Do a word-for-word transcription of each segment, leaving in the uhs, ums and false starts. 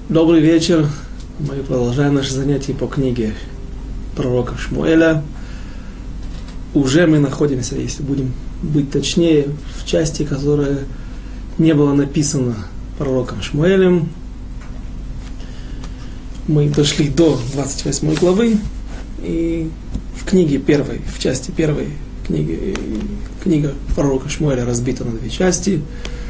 Добрый вечер. Мы продолжаем наши занятия по книге пророка Шмуэля. Уже мы находимся, если будем быть точнее, в части, которая не была написана пророком Шмуэлем. Мы дошли до двадцать восьмой главы, и в книге первой, в части первой книги, книга пророка Шмуэля разбита на две части.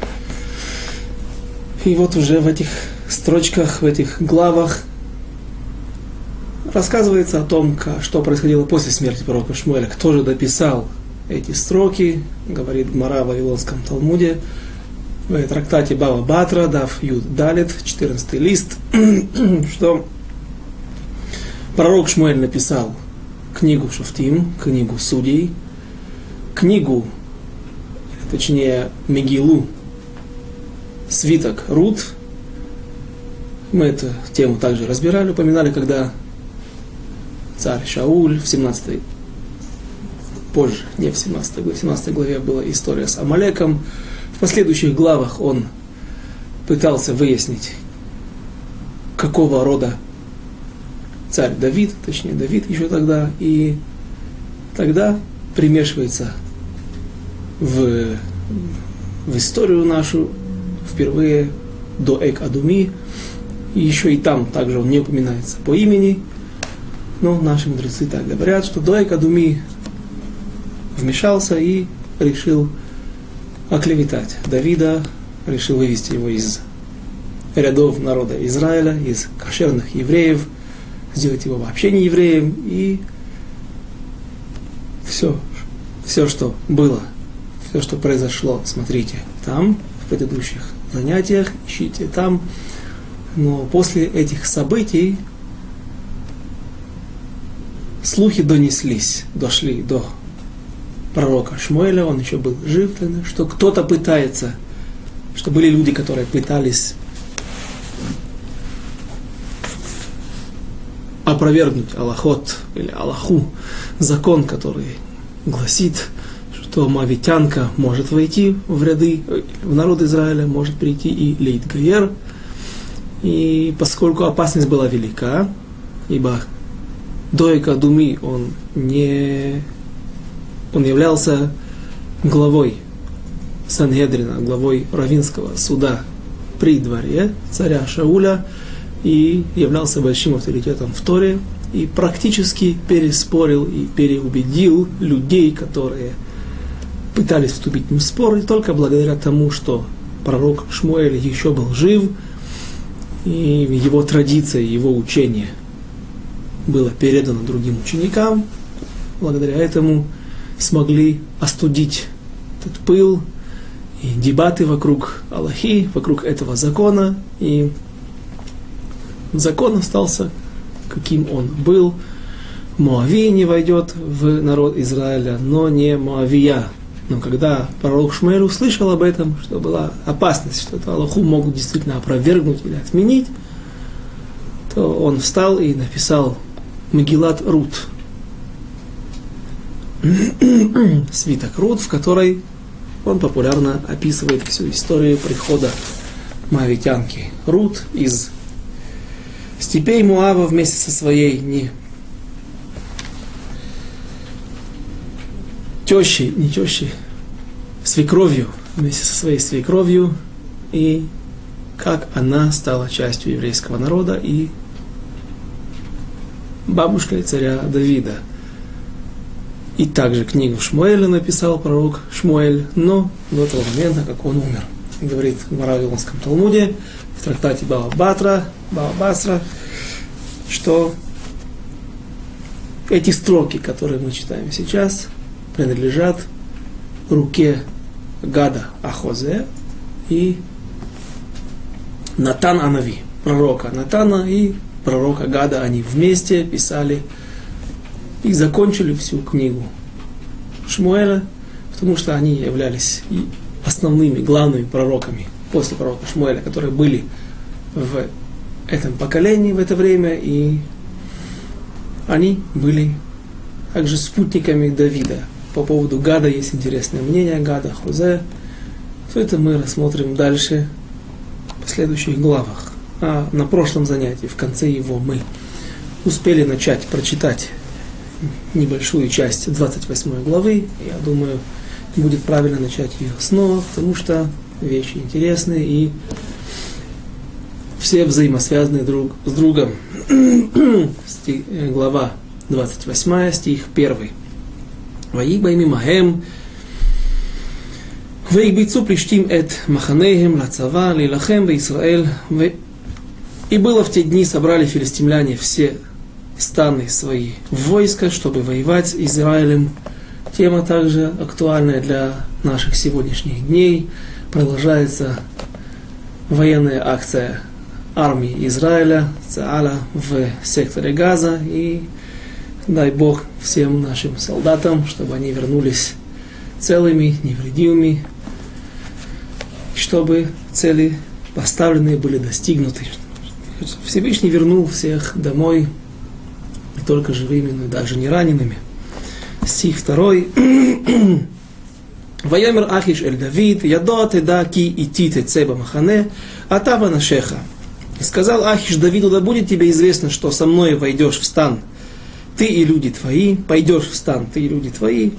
И вот уже в этих строчках, в этих главах рассказывается о том, что происходило после смерти пророка Шмуэля. Кто же дописал эти строки, говорит Гмара в Вавилонском Талмуде, в трактате Бава Батра, Дав Юд Далет, четырнадцатый лист, что пророк Шмуэль написал книгу Шофтим, книгу Судей, книгу, точнее Мегилу, свиток Рут. Мы эту тему также разбирали, упоминали, когда царь Шауль в семнадцатой, позже, не в семнадцатой главе, в семнадцатой главе была история с Амалеком. В последующих главах он пытался выяснить, какого рода царь Давид, точнее Давид еще тогда, и тогда примешивается в, в историю нашу впервые Доэг Адуми, и еще и там также он не упоминается по имени, но наши мудрецы так говорят, что Доэг Адуми вмешался и решил оклеветать Давида, решил вывести его из рядов народа Израиля, из кошерных евреев, сделать его вообще не евреем, и все, все, что было, все, что произошло, смотрите там, в предыдущих занятиях, ищите там. Но после этих событий слухи донеслись, дошли до пророка Шмуэля, он еще был жив, что кто-то пытается, что были люди, которые пытались опровергнуть Аллахот или Аллаху, закон, который гласит, что моавитянка может войти в ряды, в народ Израиля, может прийти и лейт гаер. И поскольку опасность была велика, ибо Доэг Адуми, он не, он являлся главой Сангедрина, главой раввинского суда при дворе царя Шауля, и являлся большим авторитетом в Торе, и практически переспорил и переубедил людей, которые пытались вступить в спор, и только благодаря тому, что пророк Шмуэль еще был жив, и его традиция, его учение было передано другим ученикам, благодаря этому смогли остудить этот пыл и дебаты вокруг Аллахи, вокруг этого закона, и закон остался, каким он был. Моави не войдет в народ Израиля, но не Моавия. Но когда пророк Шмуэль услышал об этом, что была опасность, что это Аллаху могут действительно опровергнуть или отменить, то он встал и написал Мегилат Рут, свиток Рут, в которой он популярно описывает всю историю прихода моавитянки Рут из степей Моава вместе со своей не тещей, не тещей, свекровью, вместе со своей свекровью, и как она стала частью еврейского народа и бабушкой царя Давида. И также книгу Шмуэля написал пророк Шмуэль, но до того момента, как он умер. И говорит в Вавилонском Талмуде, в трактате Бава Батра, Бава Басра, что эти строки, которые мы читаем сейчас, принадлежат руке Гада Ахозе и Натан Анави, пророка Натана и пророка Гада. Они вместе писали и закончили всю книгу Шмуэля, потому что они являлись основными, главными пророками после пророка Шмуэля, которые были в этом поколении в это время, и они были также спутниками Давида. По поводу Гада есть интересное мнение, Гада Хозе. Все это мы рассмотрим дальше в следующих главах. а на прошлом занятии, в конце его, мы успели начать прочитать небольшую часть двадцать восьмой главы. Я думаю, будет правильно начать ее снова, потому что вещи интересные и все взаимосвязаны друг с другом. Стих, глава двадцать восьмая, стих первый. «Ваигбай мимаhem, ваигбейцу плештим эт маханеhem лацава лилахем ваисраэль». И было в те дни, собрали филистимляне все станы свои в войско, чтобы воевать с Израилем. Тема также актуальная для наших сегодняшних дней. Продолжается военная акция армии Израиля, Цааля, в секторе Газа. И дай Бог всем нашим солдатам, чтобы они вернулись целыми, невредимыми, чтобы цели поставленные были достигнуты. Всевышний вернул всех домой, не только живыми, но и даже не ранеными. Стих второй. «Ваямер Ахиш эль Давид, ядо теда ки ити теце бамахане, атава нашеха». И сказал Ахиш Давиду: да будет тебе известно, что со мной войдешь в стан ты и люди твои, пойдешь в стан ты и люди твои.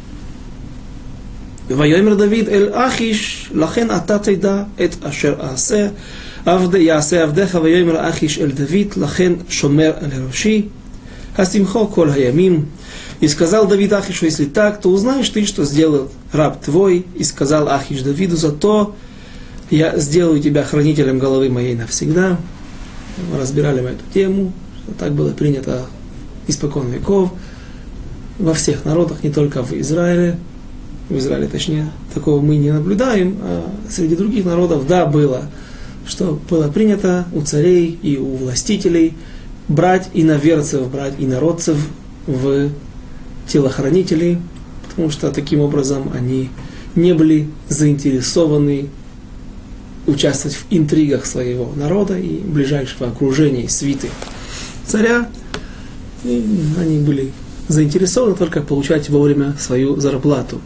«Ваямер Давид эль Ахиш, лахен ата теда эт ашер аасе, яасе авдеха, ваямер Ахиш эль Давид, лахен шомер эль роши, хасимхо коль хаямим». И сказал Давид Ахишу: если так, то узнаешь ты, что сделал раб твой. И сказал Ахиш Давиду: зато я сделаю тебя хранителем головы моей навсегда. Мы разбирали мы эту тему, что так было принято испокон веков во всех народах, не только в Израиле. В Израиле, точнее, такого мы не наблюдаем, а среди других народов, да, было, что было принято у царей и у властителей брать иноверцев, брать инородцев в телохранителей, потому что таким образом они не были заинтересованы участвовать в интригах своего народа и ближайшего окружения, свиты царя. И они были заинтересованы только получать вовремя свою зарплату.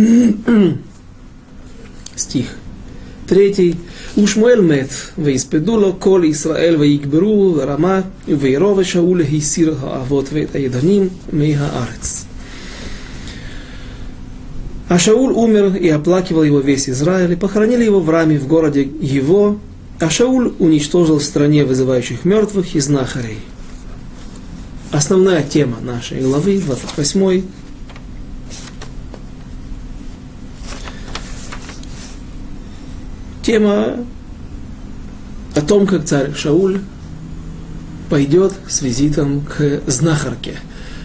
Стих третий. «Ушмуэль мет, веиспедуло, кол Исраэль веикберу, рама, вейрове Шауле хисир хаавот вет аеданим мейха арец». А Шауль умер, и оплакивал его весь Израиль, и похоронили его в Раме, в городе его, а Шауль уничтожил в стране вызывающих мертвых и знахарей. Основная тема нашей главы, двадцать восьмой. Тема о том, как царь Шауль пойдет с визитом к знахарке.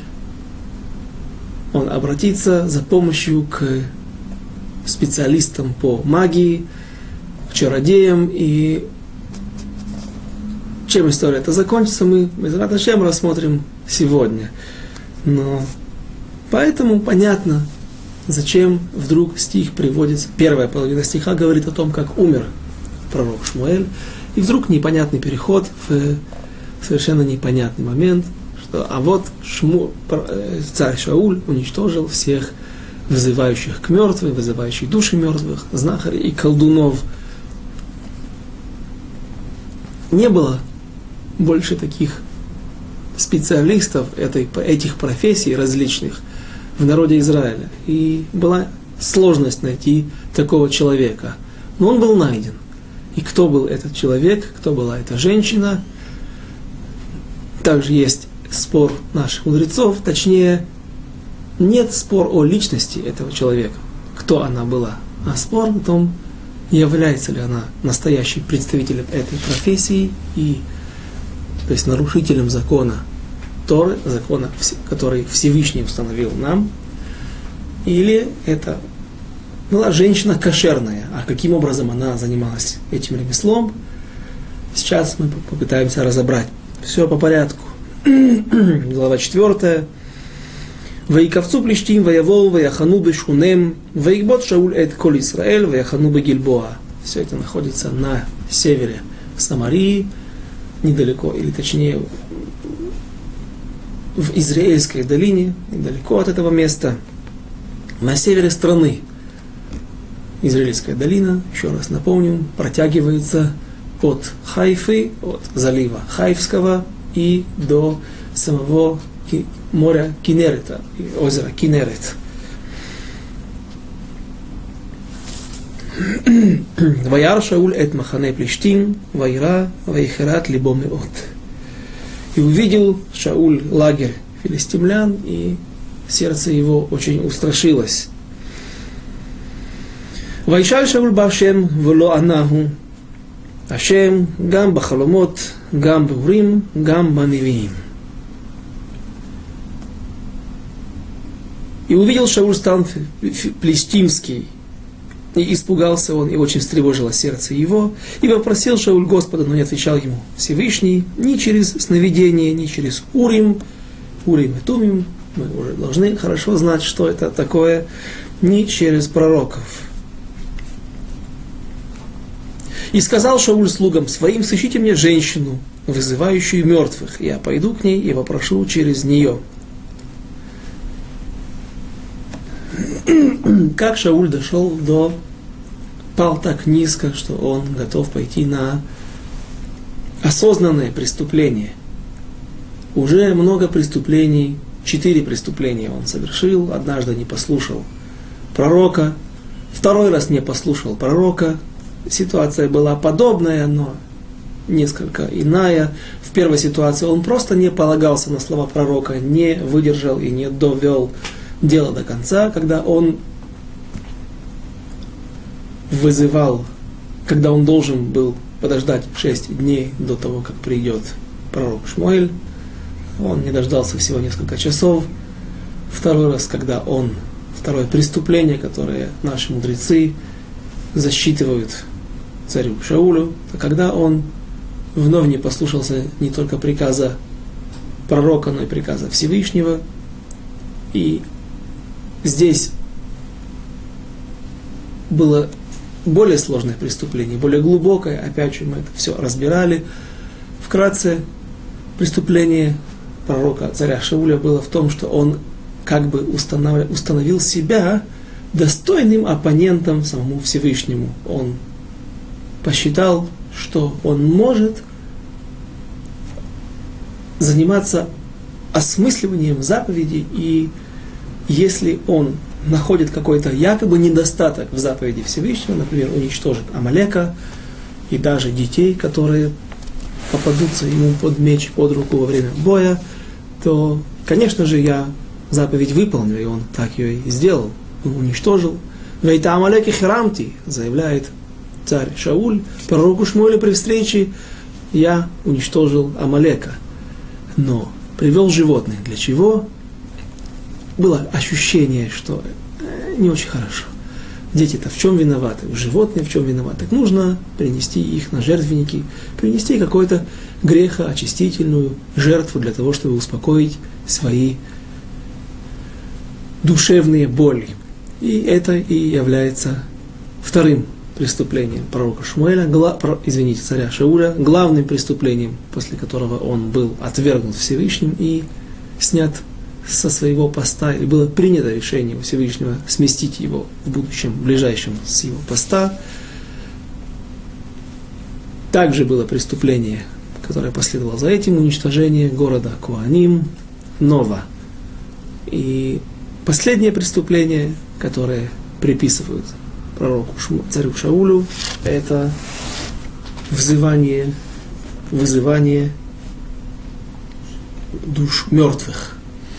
Он обратится за помощью к специалистам по магии, к чародеям. И чем история эта закончится, мы Безрат Ашем рассмотрим сегодня. Но поэтому понятно, зачем вдруг стих приводится. Первая половина стиха говорит о том, как умер пророк Шмуэль. И вдруг непонятный переход в совершенно непонятный момент. А вот Шму, царь Шауль уничтожил всех вызывающих к мертвым, вызывающих души мертвых, знахарей и колдунов. Не было больше таких специалистов этой, этих профессий различных в народе Израиля. И была сложность найти такого человека. Но он был найден. И кто был этот человек, кто была эта женщина? Также есть спор наших мудрецов, точнее, нет спор о личности этого человека, кто она была, а спор о том, является ли она настоящим представителем этой профессии, и, то есть нарушителем закона Торы, закона, который Всевышний установил нам, или это была женщина кошерная, а каким образом она занималась этим ремеслом, сейчас мы попытаемся разобрать. Все по порядку. Глава четвертая. «Ваиковцу плештим, ваявоу, ваяхану бешхунем, ваикбот Шауль эт коль Исраэль, ваяхану бегильбоа». Все это находится на севере Самарии, недалеко, или точнее в Израильской долине, недалеко от этого места, на севере страны. Израильская долина, еще раз напомним, протягивается от Хайфы, от залива Хайфского и до самого моря Кинерета, озера Кинерет. Ваяр Шауль эт махане плештим, вайра, вайхерат либо меот. И увидел Шауль лагерь филистимлян, и сердце его очень устрашилось. Вайшаль Шауль башем вело анаху. Ашем гам бахаломот, гам беурим, гам баневиим. И увидел Шауль стан филистимский, и испугался он, и очень встревожило сердце его, и попросил Шауль Господа, но не отвечал ему Всевышний ни через сновидение, ни через Урим, Урим и Тумим, мы уже должны хорошо знать, что это такое, ни через пророков. И сказал Шауль слугам своим: сыщите мне женщину, вызывающую мертвых, я пойду к ней и вопрошу через нее. Как Шауль дошел до... пал так низко, что он готов пойти на осознанное преступление. Уже много преступлений, четыре преступления он совершил, однажды не послушал пророка, второй раз не послушал пророка. Ситуация была подобная, но несколько иная. В первой ситуации он просто не полагался на слова пророка, не выдержал и не довел дело до конца, когда он вызывал, когда он должен был подождать шесть дней до того, как придет пророк Шмуэль. Он не дождался всего несколько часов. Второй раз, когда он, второе преступление, которое наши мудрецы засчитывают царю Шаулю, это когда он вновь не послушался не только приказа пророка, но и приказа Всевышнего. И здесь было более сложное преступление, более глубокое. Опять же, мы это все разбирали. Вкратце, преступление пророка царя Шауля было в том, что он как бы установ... установил себя достойным оппонентом самому Всевышнему. Он посчитал, что он может заниматься осмысливанием заповедей, и если он находит какой-то якобы недостаток в заповеди Всевышнего, например, уничтожит Амалека и даже детей, которые попадутся ему под меч, под руку во время боя, то, конечно же, я заповедь выполню, и он так ее и сделал, он уничтожил. «Вейта Амалеки хирамти», заявляет царь Шауль, пророку Шмуэлю при встрече: я уничтожил Амалека, но привел животных. Для чего? Было ощущение, что не очень хорошо. Дети-то в чем виноваты? Животные в чем виноваты? Так нужно принести их на жертвенники, принести какую-то грехоочистительную жертву для того, чтобы успокоить свои душевные боли. И это и является вторым преступлением пророка Шмуэля, гла, про, извините, царя Шауля, главным преступлением, после которого он был отвергнут Всевышним и снят со своего поста, и было принято решение у Всевышнего сместить его в будущем, в ближайшем с его поста. Также было преступление, которое последовало за этим, уничтожение города Куаним, Нова. И последнее преступление, которое приписывают пророку царю Шаулю, это взывание, вызывание душ мертвых.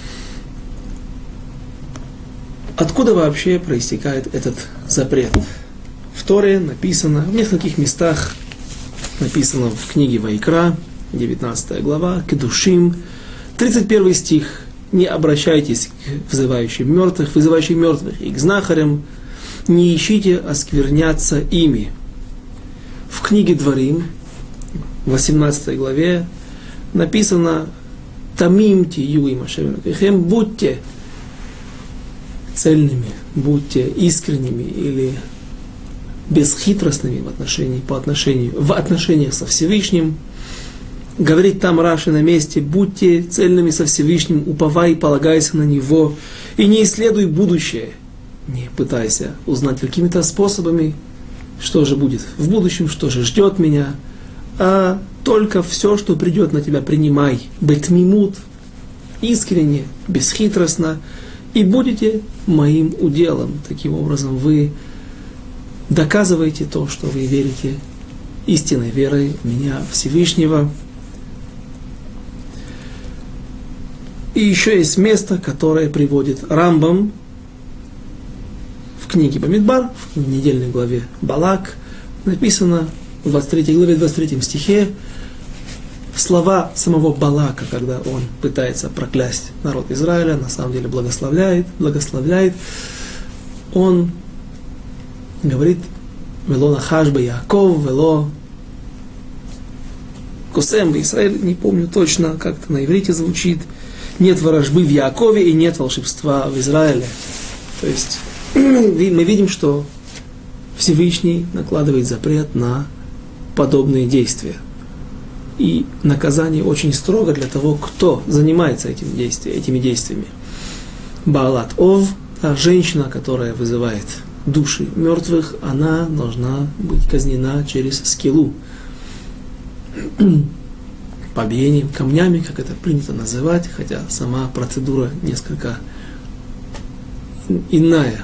Откуда вообще проистекает этот запрет? В Торе написано, в нескольких местах написано в книге Вайкра, девятнадцатая глава, Кедушим, тридцать первый стих: не обращайтесь к вызывающим мертвых, вызывающим мертвых и к знахарям, не ищите оскверняться ими. В книге Дворим, в восемнадцатой главе, написано: Тамим тию им Ашем Элокейхем, будьте цельными, будьте искренними или бесхитростными в отношении, по отношению, в отношениях со Всевышним. Говорит там Раши на месте: будьте цельными со Всевышним, уповай и полагайся на Него, и не исследуй будущее, не пытайся узнать какими-то способами, что же будет в будущем, что же ждет меня, а только все, что придет на тебя, принимай. Бетмимут, искренне, бесхитростно, и будете моим уделом. Таким образом, вы доказываете то, что вы верите истинной верой в меня, Всевышнего. И еще есть место, которое приводит Рамбам в книге Бамидбар, в недельной главе Балак, написано в двадцать третьей главе, двадцать третьем стихе, слова самого Балака, когда он пытается проклясть народ Израиля, на самом деле благословляет, благословляет, он говорит: «Вело нахаш бе Яаков, вело косем бе Исраэль», не помню точно, как это на иврите звучит, нет ворожбы в Яакове и нет волшебства в Израиле. То есть мы видим, что Всевышний накладывает запрет на подобные действия. И наказание очень строго для того, кто занимается этим действием, этими действиями. Баалат Ов, та женщина, которая вызывает души мертвых, она должна быть казнена через скилу. Побиением камнями, как это принято называть, хотя сама процедура несколько иная.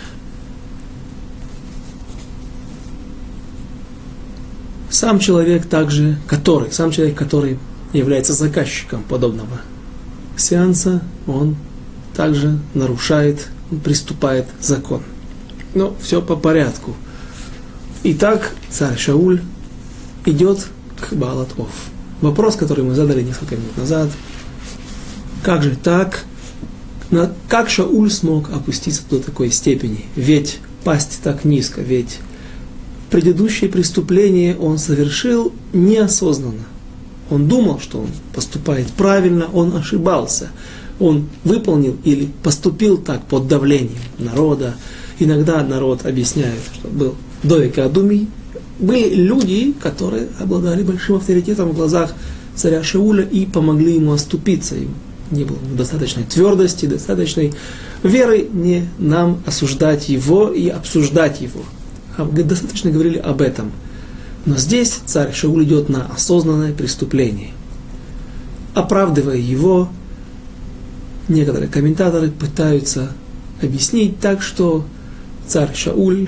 Сам человек также, который, сам человек, который является заказчиком подобного сеанса, он также нарушает, он приступает закон. Но все по порядку. Итак, царь Шауль идет к Баалат Ов. Вопрос, который мы задали несколько минут назад: как же так? Как Шауль смог опуститься до такой степени? Ведь пасть так низко, ведь предыдущее преступление он совершил неосознанно. Он думал, что он поступает правильно, он ошибался. Он выполнил или поступил так под давлением народа. Иногда народ объясняет, что был Довик и Адумий. Были люди, которые обладали большим авторитетом в глазах царя Шауля и помогли ему оступиться. Им не было достаточной твердости, достаточной веры не нам осуждать его и обсуждать его. Достаточно говорили об этом. Но здесь царь Шауль идет на осознанное преступление. Оправдывая его, некоторые комментаторы пытаются объяснить так, что царь Шауль,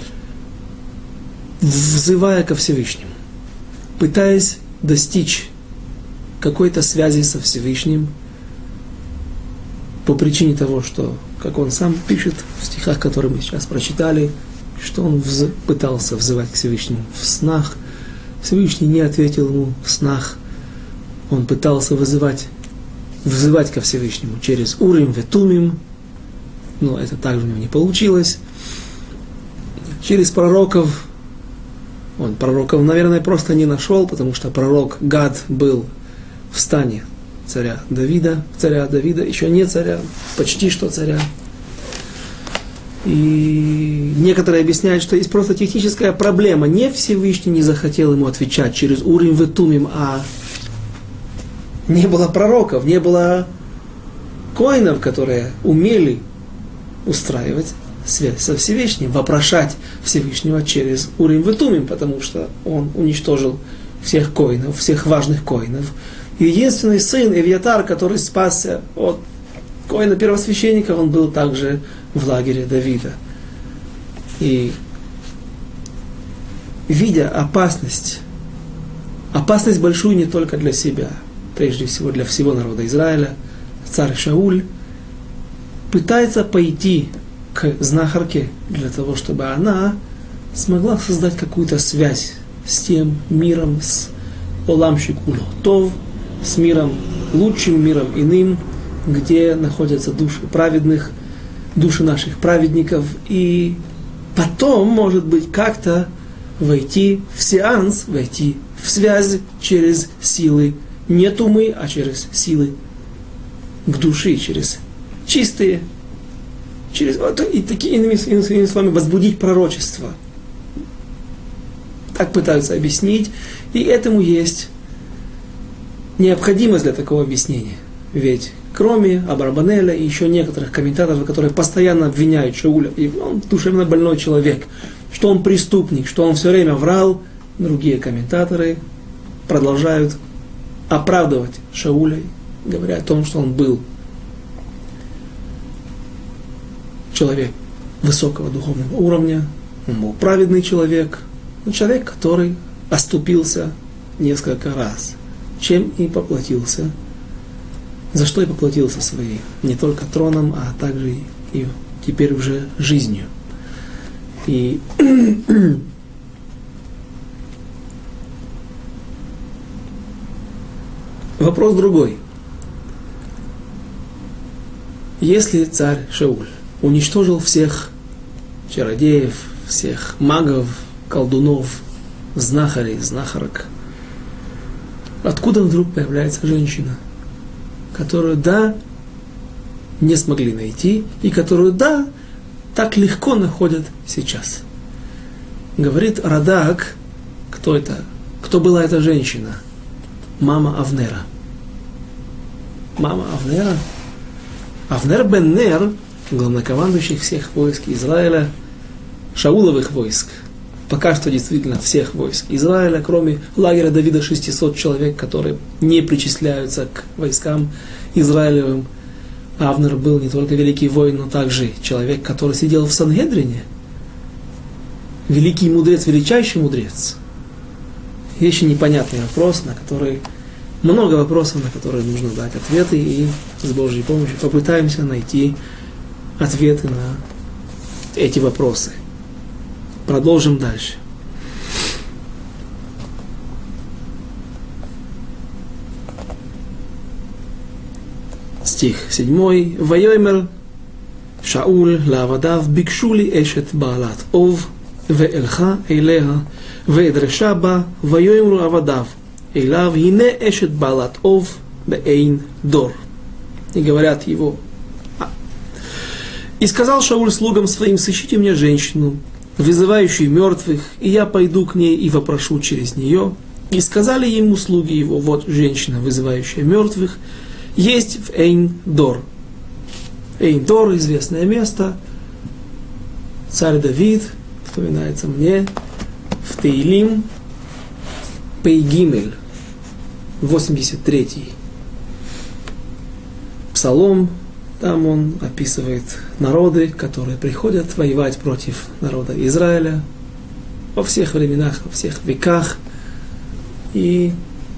взывая ко Всевышнему, пытаясь достичь какой-то связи со Всевышним, по причине того, что, как он сам пишет в стихах, которые мы сейчас прочитали, что он вз... пытался взывать к Всевышнему в снах. Всевышний не ответил ему в снах. Он пытался вызывать, взывать ко Всевышнему через Урим Ветумим, но это также у него не получилось. Через пророков, он пророков, наверное, просто не нашел, потому что пророк Гад был в стане царя Давида, царя Давида, еще не царя, почти что царя. И некоторые объясняют, что есть просто техническая проблема. Не Всевышний не захотел ему отвечать через Урим Ветумим, а не было пророков, не было коинов, которые умели устраивать связь со Всевышним, вопрошать Всевышнего через Урим Ветумим, потому что он уничтожил всех коинов, всех важных коинов. И единственный сын Эвьятар, который спасся от коина первосвященника, он был также в лагере Давида. И видя опасность, опасность большую не только для себя, прежде всего для всего народа Израиля, царь Шауль пытается пойти к знахарке для того, чтобы она смогла создать какую-то связь с тем миром, с Олам Шикуло Тов, с миром, лучшим миром иным, где находятся души праведных, души наших праведников, и потом, может быть, как-то войти в сеанс, войти в связь через силы не тумы, а через силы к душе, через чистые, через, и такие, иными, иными словами, возбудить пророчество. Так пытаются объяснить, и этому есть необходимость для такого объяснения. Ведь кроме Абарбанеля и еще некоторых комментаторов, которые постоянно обвиняют Шауля, и он душевно больной человек, что он преступник, что он все время врал, другие комментаторы продолжают оправдывать Шауля, говоря о том, что он был человек высокого духовного уровня, он был праведный человек, но человек, который оступился несколько раз, чем и поплатился, за что и поплатился своей, не только троном, а также и теперь уже жизнью. И вопрос другой. Если царь Шауль уничтожил всех чародеев, всех магов, колдунов, знахарей, знахарок, откуда вдруг появляется женщина, которую, да, не смогли найти, и которую, да, так легко находят сейчас? Говорит Радак, кто это, кто была эта женщина? Мама Авнера. Мама Авнера? Авнер бен Нер, главнокомандующий всех войск Израиля, Шауловых войск, пока что действительно всех войск Израиля, кроме лагеря Давида шестисот человек, которые не причисляются к войскам Израилевым. Авнер был не только великий воин, но также человек, который сидел в Сангедрине. Великий мудрец, величайший мудрец. Еще непонятный вопрос, на который много вопросов, на которые нужно дать ответы, и с Божьей помощью попытаемся найти ответы на эти вопросы. Продолжим дальше. Стих седьмой. Вайомер Шауль лавадав бикшули эшет баалат ов веэлха элеха ведреша ба вайомру авадав элав хине эшет баалат ов беэйн дор. И говорят его: и сказал Шауль слугам своим: сыщите мне женщину, вызывающую мертвых, и я пойду к ней и вопрошу через нее. И сказали ему слуги его: вот женщина, вызывающая мертвых, есть в Эйн-Дор. Эйн-Дор — известное место. Царь Давид, вспоминается мне, в Теилим, Пейгимель, восемьдесят третий псалом. Там он описывает народы, которые приходят воевать против народа Израиля во всех временах, во всех веках, и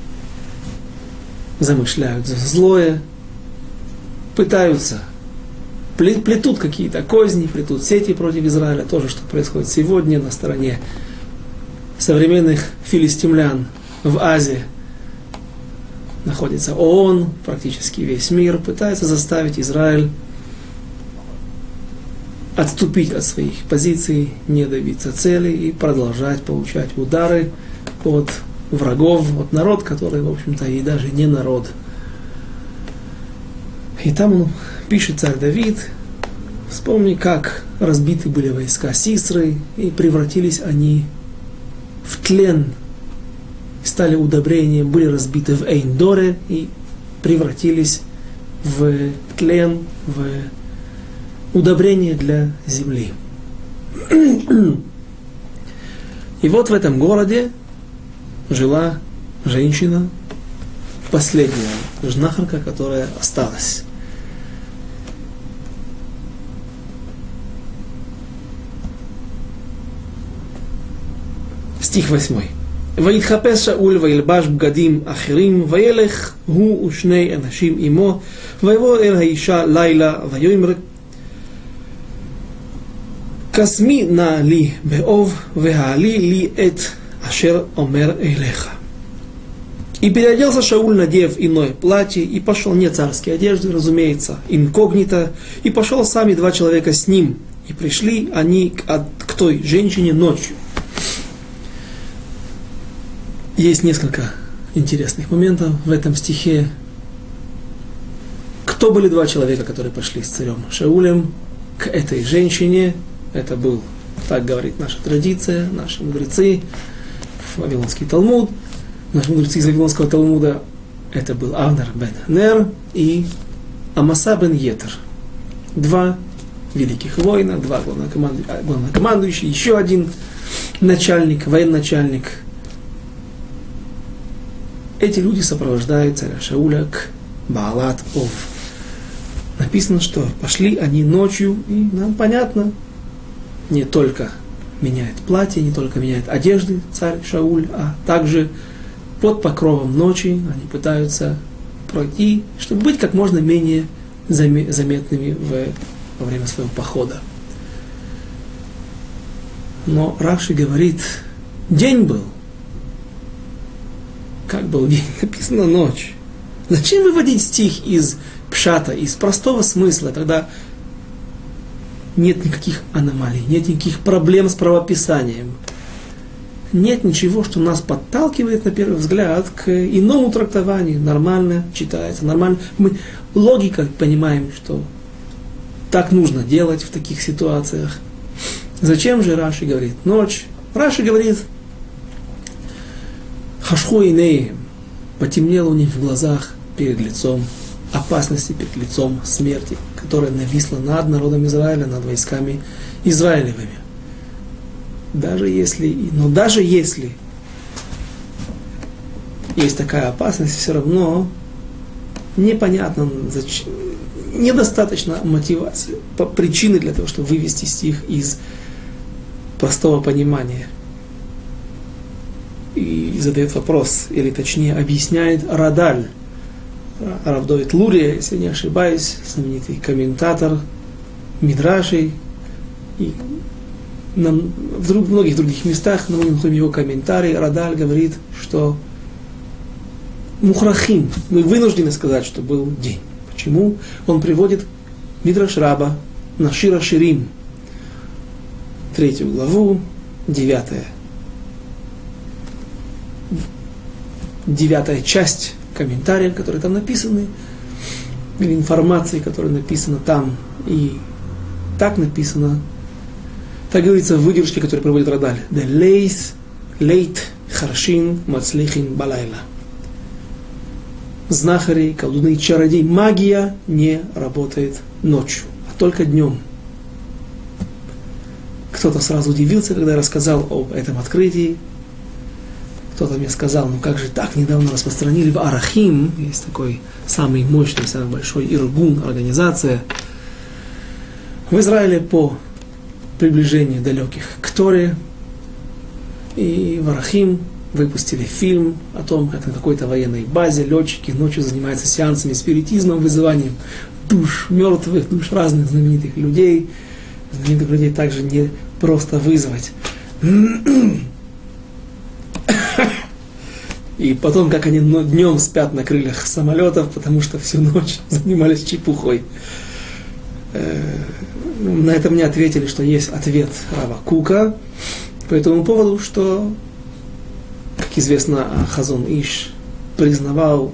замышляют злое, пытаются, плетут какие-то козни, плетут сети против Израиля. То же, что происходит сегодня на стороне современных филистимлян в Азии. Находится ООН, практически весь мир пытается заставить Израиль отступить от своих позиций, не добиться цели и продолжать получать удары от врагов, от народ, который, в общем-то, и даже не народ. И там он пишет, царь Давид: вспомни, как разбиты были войска Сисры, и превратились они в тлен, стали удобрением, были разбиты в Эйн-Доре и превратились в тлен, в удобрение для земли. И вот в этом городе жила женщина, последняя жнахарка, которая осталась. Стих восьмой. ויתחפש שאול וילבש בגדים אחרים וילך הוא ושני אנשים עמו ויבוא אל האישה לילה ויאמר קסמי נא לי באוב והעלי לי את אשר אומר אליך. И переоделся Шауль, надев иное платье, и пошел, не царские одежды, разумеется, инкогнито, и пошел сами два человека с ним, и пришли они к, к той женщине ночью. Есть несколько интересных моментов в этом стихе. Кто были два человека, которые пошли с царем Шаулем к этой женщине? Это был, так говорит наша традиция, наши мудрецы, Вавилонский Талмуд. Наши мудрецы из Вавилонского Талмуда. Это был Авнер бен Нер и Амаса бен Йетер. Два великих воина, два главнокомандующих, главнокомандующие, еще один начальник, военачальник. эти люди сопровождают царя Шауля к Баалат Ов. Написано, что пошли они ночью, и нам понятно, не только меняет платье, не только меняет одежды царь Шауль, а также под покровом ночи они пытаются пройти, чтобы быть как можно менее заметными в, во время своего похода. Но Раши говорит, день был. Как был день? Написано ночь. Зачем выводить стих из пшата, из простого смысла? Тогда нет никаких аномалий, нет никаких проблем с правописанием. Нет ничего, что нас подталкивает, на первый взгляд, к иному трактованию. Нормально читается, нормально. Мы логикой понимаем, что так нужно делать в таких ситуациях. Зачем же Раши говорит ночь? Раши говорит, хашху инеем, потемнело у них в глазах перед лицом опасности, перед лицом смерти, которая нависла над народом Израиля, над войсками израилевыми. Даже если, но даже если есть такая опасность, все равно непонятно, зачем, недостаточно мотивации, причины для того, чтобы вывести стих из простого понимания. И задает вопрос, или точнее объясняет Радаль, Рав Довид Лурия, если не ошибаюсь, знаменитый комментатор Мидрашей, и на, в друг, многих других местах, но мы находим его комментарий, Радаль говорит, что мухрахим, мы вынуждены сказать, что был день. Почему? Он приводит Мидраш Раба на Шира Ширим, третью главу, девятая, девятая часть комментариев, которые там написаны, или информации, которая написана там, и так написано, так говорится в выдержке, которую приводит Радаль. «Де лейс, лейт, харшин, мацлихин, балайла». Знахари, колдуны, чародей, магия не работает ночью, а только днем. Кто-то сразу удивился, когда я рассказал об этом открытии. Кто-то мне сказал, ну как же так, недавно распространили в Арахим, есть такой самый мощный, самый большой иргун, организация в Израиле по приближению далеких к Торе. И в Арахим выпустили фильм о том, как на какой-то военной базе летчики ночью занимаются сеансами спиритизма, вызыванием душ мертвых, душ разных знаменитых людей. Знаменитых людей также не просто вызвать. И потом, как они днем спят на крыльях самолетов, потому что всю ночь занимались чепухой. На это мне ответили, что есть ответ Рава Кука по этому поводу, что, как известно, Хазон Иш признавал,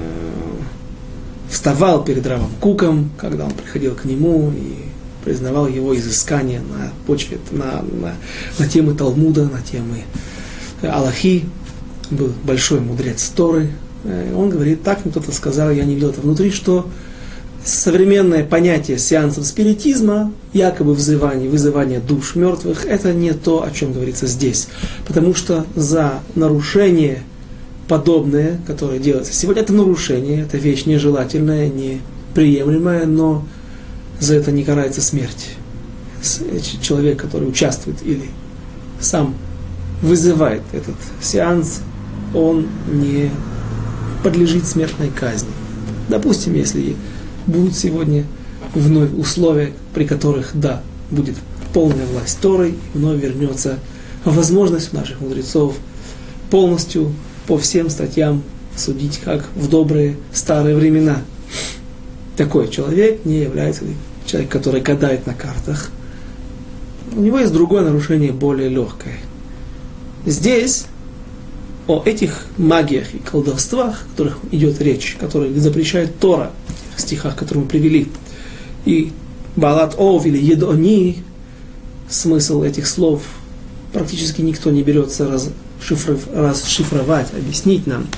вставал перед Равом Куком, когда он приходил к нему и признавал его изыскания на почве, на, на, на темы Талмуда, на темы Алахи. Был большой мудрец Торы. Он говорит, так мне кто-то сказал, я не видел это внутри, что современное понятие сеансов спиритизма, якобы вызывание, вызывание душ мертвых, это не то, о чем говорится здесь. Потому что за нарушение подобное, которое делается сегодня, это нарушение, это вещь нежелательная, неприемлемая, но за это не карается смерть. Человек, который участвует или сам вызывает этот сеанс, он не подлежит смертной казни. Допустим, если будут сегодня вновь условия, при которых, да, будет полная власть Торы, и вновь вернется возможность у наших мудрецов полностью по всем статьям судить, как в добрые старые времена. Такой человек не является человек, который гадает на картах. У него есть другое нарушение, более легкое. Здесь о этих магиях и колдовствах, о которых идет речь, которые запрещает Тора, в стихах, которые мы привели, и Баалат Ов или Едони, смысл этих слов практически никто не берется расшифров, расшифровать, объяснить нам.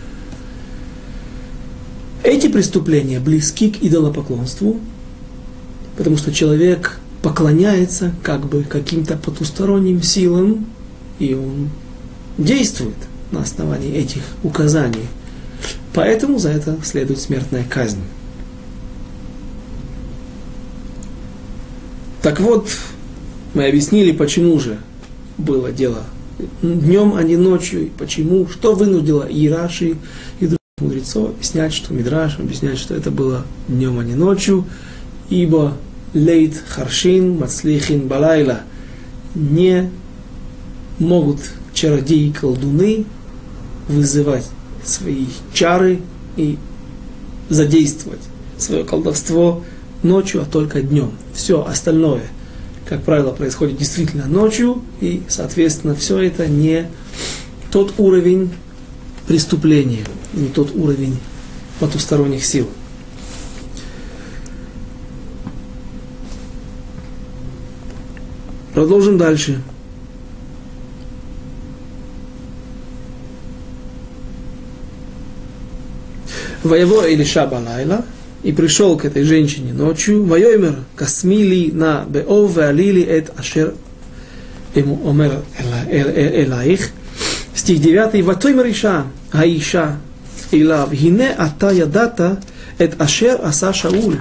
Эти преступления близки к идолопоклонству, потому что человек поклоняется как бы каким-то потусторонним силам, и он действует на основании этих указаний. Поэтому за это следует смертная казнь. Так вот, мы объяснили, почему же было дело днем, а не ночью, и почему, что вынудило и Раши, и других мудрецов объяснять, что Мидраш объясняет, что это было днем, а не ночью, ибо лейт харшин мацлихин балайла, не могут чародеи и колдуны вызывать свои чары и задействовать свое колдовство ночью, а только днем. Все остальное, как правило, происходит действительно ночью, и, соответственно, все это не тот уровень преступления, не тот уровень потусторонних сил. Продолжим дальше. Воево Илиша балайла, и пришел к этой женщине ночью, воемер касмили на беов веалили эт ашер ему омер элаих. Стих девятый. Ватоймер иша аиша илав хине ата ядата эт ашер аса Шауль.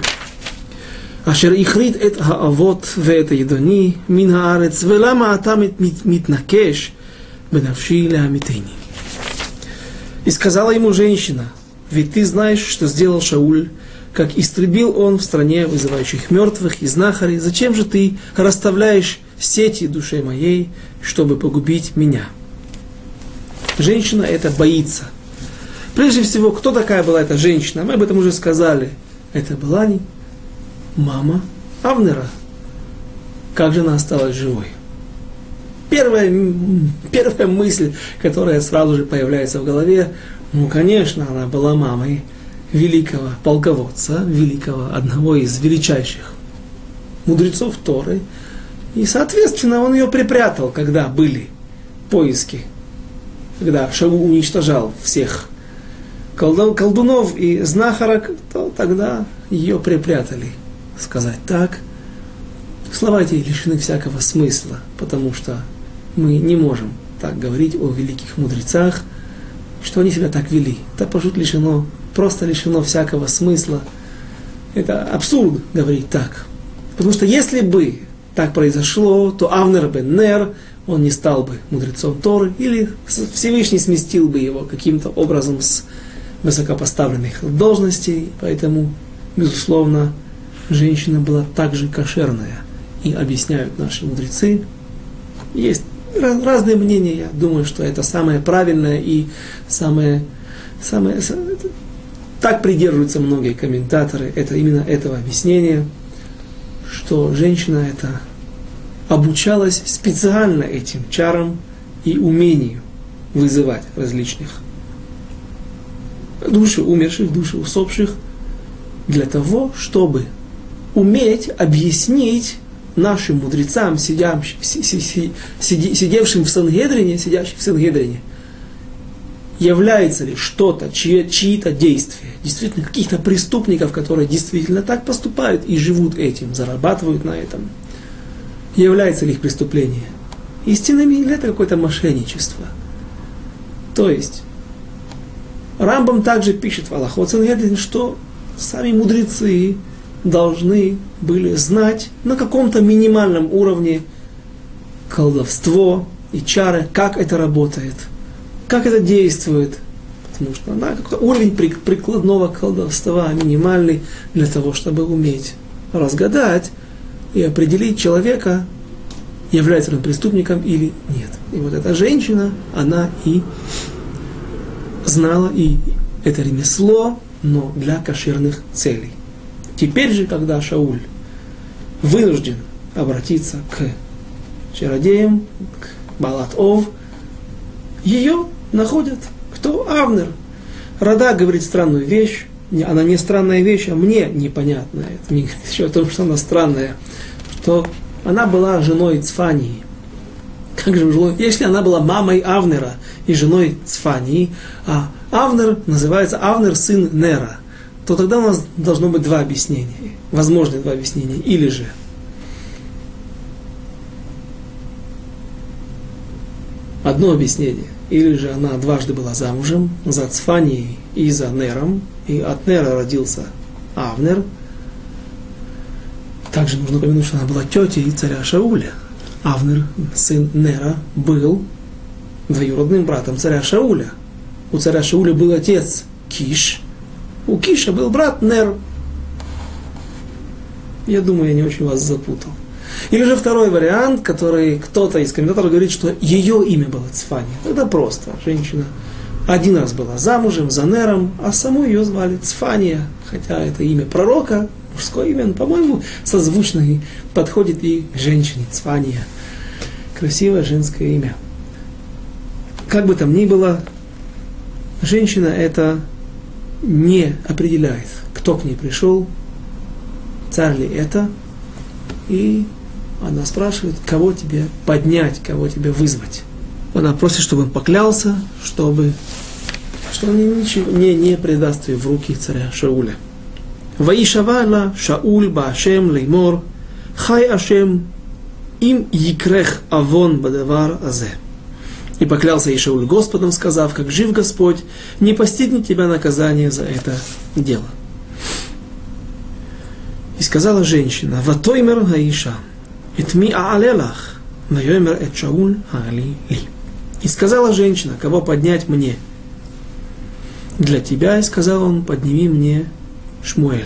אשר הכרית את האבות ואת הידוני מן הארץ, ולמה אתה מתנקש בנפשי להמיתני. И сказала ему женщина: ведь ты знаешь, что сделал Шауль, как истребил он в стране вызывающих мертвых и знахарей. Зачем же ты расставляешь сети душе моей, чтобы погубить меня? Женщина это боится. Прежде всего, кто такая была эта женщина? Мы об этом уже сказали. Это была не мама Авнера. Как же она осталась живой? Первая, первая мысль, которая сразу же появляется в голове, ну, конечно, она была мамой великого полководца, великого, одного из величайших мудрецов Торы. И, соответственно, он ее припрятал, когда были поиски, когда Шаул уничтожал всех колдунов и знахарок, то тогда ее припрятали. Сказать так, слова эти лишены всякого смысла, потому что мы не можем так говорить о великих мудрецах, что они себя так вели. Это просто лишено, просто лишено всякого смысла. Это абсурд говорить так. Потому что если бы так произошло, то Авнер бен Нер, он не стал бы мудрецом Торы, или Всевышний сместил бы его каким-то образом с высокопоставленных должностей. Поэтому, безусловно, женщина была также кошерная. И объясняют наши мудрецы. Есть разные мнения. Я думаю, что это самое правильное и самое, самое... Так придерживаются многие комментаторы. Это именно этого объяснения, что женщина эта обучалась специально этим чарам и умению вызывать различных души умерших, души усопших, для того, чтобы уметь объяснить нашим мудрецам, сидящим, сидевшим в Сангедрине, сидящим в Сангедрине, является ли что-то, чьи, чьи-то действия, действительно каких-то преступников, которые действительно так поступают и живут этим, зарабатывают на этом, является ли их преступление истинными или это какое-то мошенничество. То есть Рамбам также пишет в Алахот Сангедрин, что сами мудрецы должны были знать на каком-то минимальном уровне колдовство и чары, как это работает, как это действует. Потому что на какой-то уровень прикладного колдовства минимальный для того, чтобы уметь разгадать и определить человека, является он преступником или нет. И вот эта женщина, она и знала и это ремесло, но для кошерных целей. Теперь же, когда Шауль вынужден обратиться к чародеям, к Балат-Ов, ее находят. Кто? Авнер. Рада говорит странную вещь. Она не странная вещь, а мне непонятная. Это не говорит еще о том, что она странная. Что она была женой Цфании. Как же женой? Если она была мамой Авнера и женой Цфании, а Авнер называется Авнер сын Нера, то тогда у нас должно быть два объяснения. Возможны два объяснения. Или же Одно объяснение. Или же она дважды была замужем за Цфанией и за Нером, и от Нера родился Авнер. Также нужно упомянуть, что она была тетей царя Шауля. Авнер, сын Нера, был двоюродным братом царя Шауля. У царя Шауля был отец Киш, у Киша был брат Нер. Я думаю, я не очень вас запутал. Или же второй вариант, который кто-то из комментаторов говорит, что ее имя было Цфания. Тогда просто. Женщина один раз была замужем за Нером, а саму ее звали Цфания. Хотя это имя пророка, мужское имя, но, по-моему, созвучно и подходит и женщине Цфания. Красивое женское имя. Как бы там ни было, женщина это не определяет, кто к ней пришел, царь ли это, и она спрашивает, кого тебе поднять, кого тебе вызвать. Она просит, чтобы он поклялся, чтобы, что он ничего, не, не предаст ее в руки царя Шауля. Ваишавала Шауль баашем леймор, хай ашем им якрех авон бадавар азе. И поклялся ей Шауль Господом, сказав, как жив Господь, не постигнет тебя наказание за это дело. И сказала женщина, ватоймер гаиша, этми аалелах, вайомер эт Шауль аали ли. И сказала женщина, кого поднять мне? Для тебя, и сказал он, подними мне Шмуэля.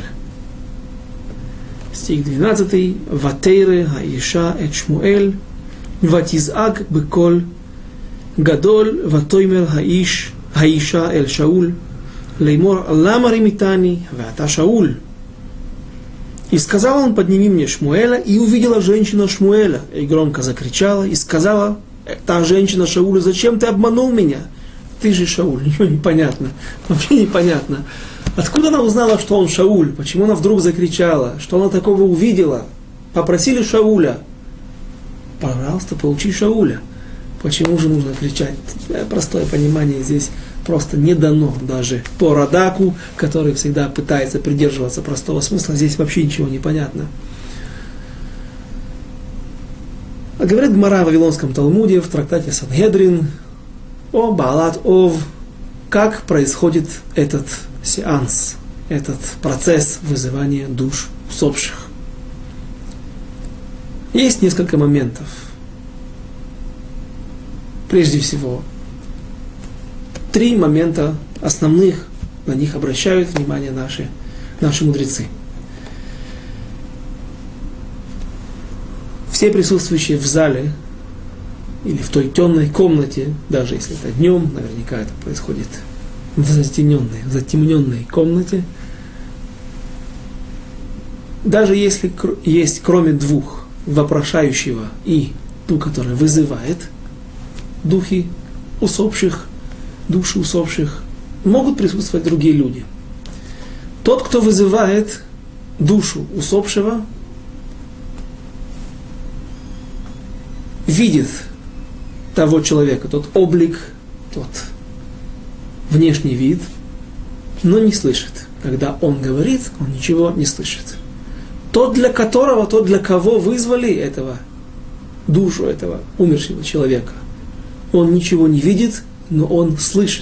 Стих двенадцатый. Ватейре гаиша эт Шмуэль, ватизаг беколь гадоль, ватоймер гаиш, гаиша эль Шауль, леймор лама римитани, вата Шауль. И сказал он, подними мне Шмуэля, и увидела женщина Шмуэля, и громко закричала, и сказала, та женщина Шаулю, зачем ты обманул меня? Ты же Шауль, ничего не понятно, вообще непонятно. Откуда она узнала, что он Шауль? Почему она вдруг закричала? Что она такого увидела? Попросили Шауля. Пожалуйста, получи Шауля. Почему же нужно кричать? Простое понимание здесь просто не дано даже по Радаку, который всегда пытается придерживаться простого смысла. Здесь вообще ничего не понятно. А говорит Гмара в Вавилонском Талмуде в трактате Сангедрин о Баалат Ов, как происходит этот сеанс, этот процесс вызывания душ усопших. Есть несколько моментов. Прежде всего, три момента основных, на них обращают внимание наши, наши мудрецы. Все присутствующие в зале или в той темной комнате, даже если это днем, наверняка это происходит в затемненной, в затемненной комнате, даже если есть кроме двух, вопрошающего и ту, которая вызывает, духи усопших, души усопших, могут присутствовать другие люди. Тот, кто вызывает душу усопшего, видит того человека, тот облик, тот внешний вид, но не слышит. Когда он говорит, он ничего не слышит. Тот, для которого, тот, для кого вызвали этого душу, этого умершего человека, он ничего не видит, но он слышит.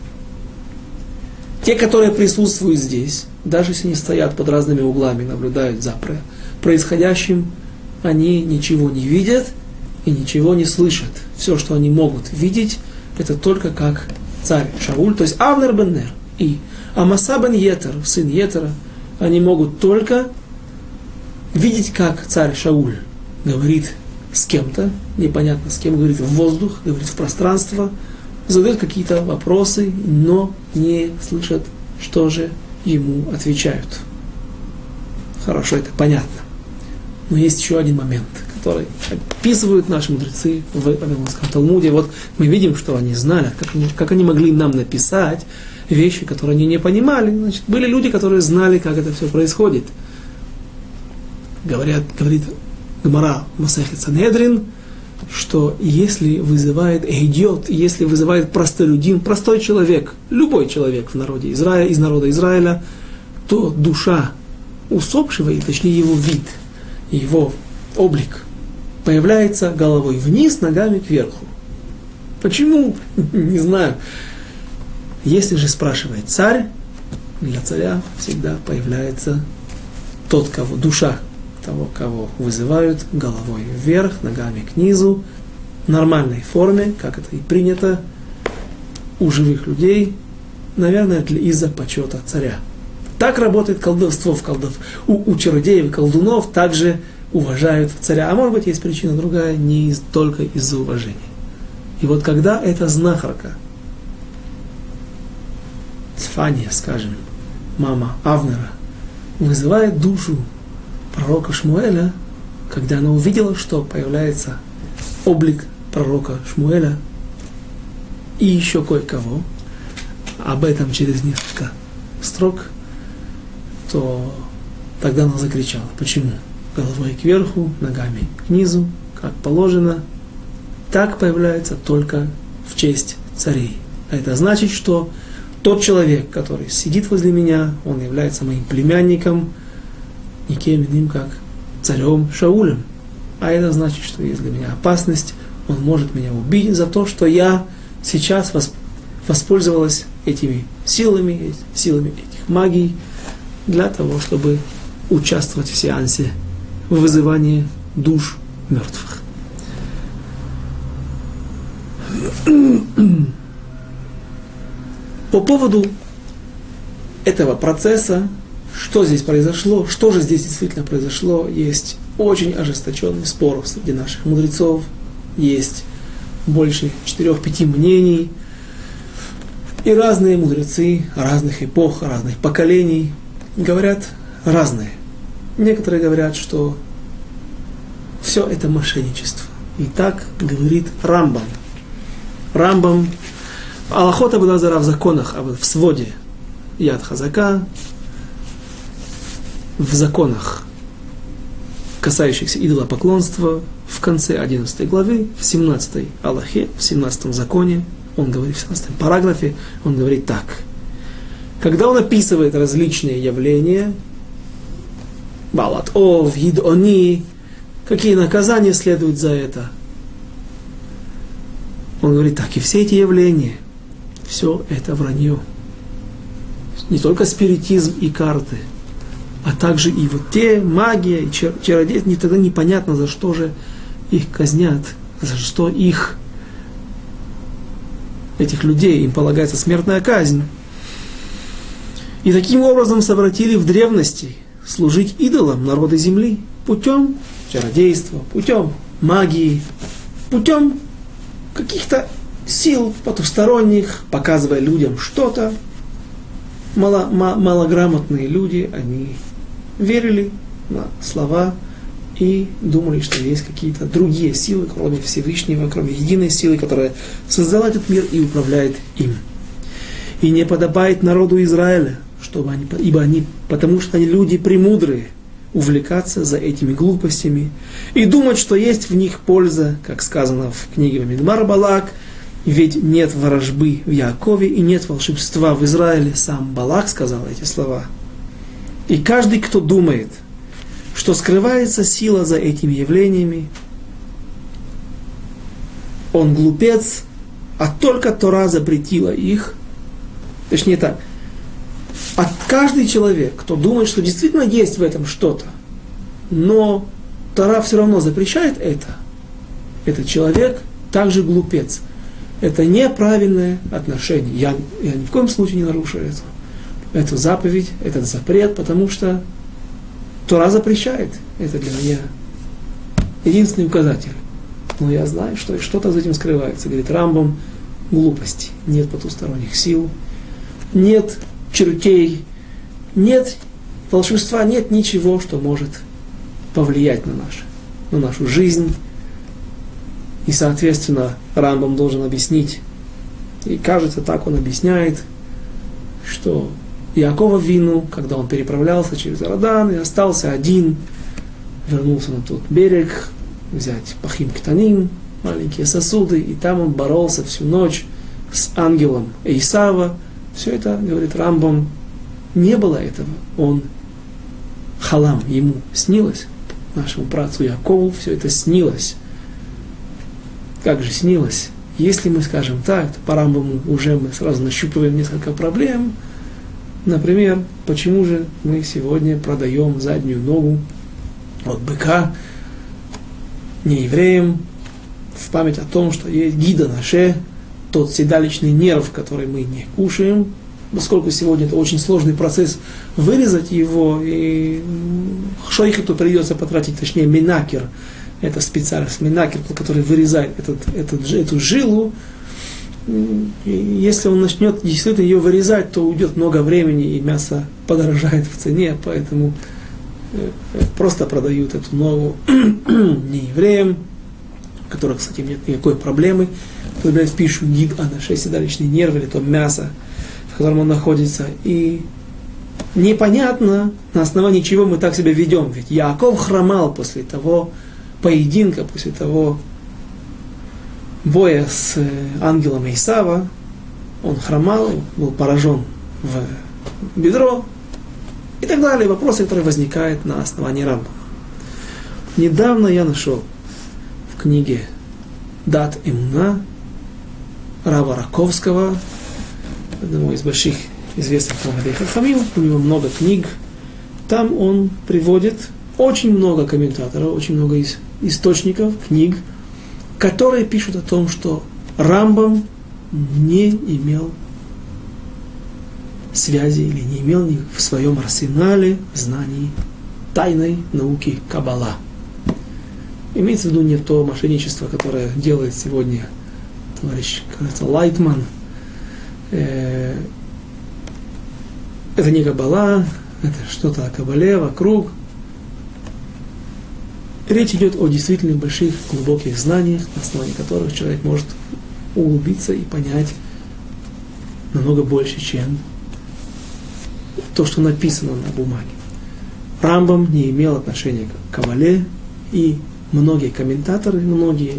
Те, которые присутствуют здесь, даже если они стоят под разными углами, наблюдают за происходящим, они ничего не видят и ничего не слышат. Все, что они могут видеть, это только как царь Шауль, то есть Авнер бен Нер и Амаса бен Йетер, сын Йетера, они могут только видеть, как царь Шауль говорит с кем-то, непонятно с кем, говорит в воздух, говорит в пространство, задает какие-то вопросы, но не слышат, что же ему отвечают. Хорошо, это понятно. Но есть еще один момент, который описывают наши мудрецы в Вавилонском Талмуде. Вот мы видим, что они знали, как они, как они могли нам написать вещи, которые они не понимали. Значит, были люди, которые знали, как это все происходит. Говорят, говорит Гмара Масехет Сангедрин, что если вызывает идиот, если вызывает простолюдин, простой человек, любой человек в народе Израиля, из народа Израиля, то душа усопшего, и точнее его вид, его облик, появляется головой вниз, ногами кверху. Почему? Не знаю. Если же спрашивает царь, для царя всегда появляется тот, кого душа того, кого вызывают, головой вверх, ногами к низу, в нормальной форме, как это и принято у живых людей, наверное, из-за почета царя. Так работает колдовство в колдов. У, у чародеев и колдунов также уважают царя. А может быть, есть причина другая, не из, только из-за уважения. И вот когда эта знахарка, Цфания, скажем, мама Авнера, вызывает душу пророка Шмуэля, когда она увидела, что появляется облик пророка Шмуэля и еще кое-кого, об этом через несколько строк, то тогда она закричала. Почему? Головой кверху, ногами к низу, как положено. Так появляется только в честь царей. А это значит, что тот человек, который сидит возле меня, он является моим племянником, никем иным, как царем Шаулем. А это значит, что есть для меня опасность, он может меня убить за то, что я сейчас воспользовалась этими силами, силами этих магий, для того, чтобы участвовать в сеансе вызывания душ мертвых. По поводу этого процесса, что здесь произошло, что же здесь действительно произошло, есть очень ожесточенный спор среди наших мудрецов, есть больше четырех-пяти мнений, и разные мудрецы разных эпох, разных поколений говорят разные. Некоторые говорят, что все это мошенничество. И так говорит Рамбам. Рамбам Алахот Авода Зара в законах, в своде Яд Хазака, в законах, касающихся идолопоклонства, в конце одиннадцатой главы, в семнадцатой Алахе, в семнадцатом законе, он говорит, в семнадцатом параграфе, он говорит так. Когда он описывает различные явления, Балат Ов, Гидони, какие наказания следуют за это, он говорит так, и все эти явления, все это вранье. Не только спиритизм и карты, а также и вот те магия, и чар- чародейство, тогда непонятно, за что же их казнят, за что их, этих людей, им полагается смертная казнь. И таким образом совратили в древности служить идолам народа земли путем чародейства, путем магии, путем каких-то сил потусторонних, показывая людям что-то. Мало, ма, малограмотные люди, они верили на слова и думали, что есть какие-то другие силы, кроме Всевышнего, кроме единой силы, которая создала этот мир и управляет им. И не подобает народу Израиля, чтобы они, ибо они, потому что они люди премудрые, увлекаться за этими глупостями и думать, что есть в них польза, как сказано в книге Бамидбар Балак, ведь нет ворожбы в Яакове и нет волшебства в Израиле. Сам Балак сказал эти слова. И каждый, кто думает, что скрывается сила за этими явлениями, он глупец, а только Тора запретила их. Точнее так, а каждый человек, кто думает, что действительно есть в этом что-то, но Тора все равно запрещает это, этот человек также глупец. Это неправильное отношение. Я, я ни в коем случае не нарушаю эту, эту заповедь, этот запрет, потому что Тора запрещает. Это для меня единственный указатель. Но я знаю, что что-то за этим скрывается. Говорит Рамбам, глупости. Нет потусторонних сил, нет чертей, нет волшебства, нет ничего, что может повлиять на, наш, на нашу жизнь. И, соответственно, Рамбам должен объяснить, и кажется, так он объясняет, что Яакова Вину, когда он переправлялся через Иордан и остался один, вернулся на тот берег, взять пахим ктаним, маленькие сосуды, и там он боролся всю ночь с ангелом Эйсава. Все это, говорит Рамбам, не было этого. Он, халам, ему снилось, нашему працу Яакову все это снилось. Как же снилось? Если мы скажем так, то по Рамбаму уже мы сразу нащупываем несколько проблем. Например, почему же мы сегодня продаем заднюю ногу от быка неевреям в память о том, что есть гида наше, тот седалищный нерв, который мы не кушаем, поскольку сегодня это очень сложный процесс вырезать его, и шойхету придется потратить, точнее минакер, это специальность минакер, который вырезает этот, этот, эту жилу. И если он начнет действительно ее вырезать, то уйдет много времени, и мясо подорожает в цене, поэтому просто продают эту ногу неевреям, у которых, кстати, нет никакой проблемы. Появляется, пишут гид о нашей седалищной нервы, или то мясо, в котором он находится. И непонятно, на основании чего мы так себя ведем. Ведь Яаков хромал после того поединка, после того боя с ангелом Исава. Он хромал, был поражен в бедро и так далее. Вопросы, которые возникают на основании Рамбама. Недавно я нашел в книге Дат Эмуна Рава Раковского, одного из больших известных Талмидей Хахамим, у него много книг. Там он приводит очень много комментаторов, очень много из, источников, книг, которые пишут о том, что Рамбам не имел связи или не имел в своем арсенале знаний тайной науки Каббала. Имеется в виду не то мошенничество, которое делает сегодня товарищ, кажется, Лайтман. Э, это не Каббала, это что-то о Каббале вокруг. Речь идет о действительно больших, глубоких знаниях, на основании которых человек может углубиться и понять намного больше, чем то, что написано на бумаге. Рамбам не имел отношения к Каббале, и многие комментаторы, многие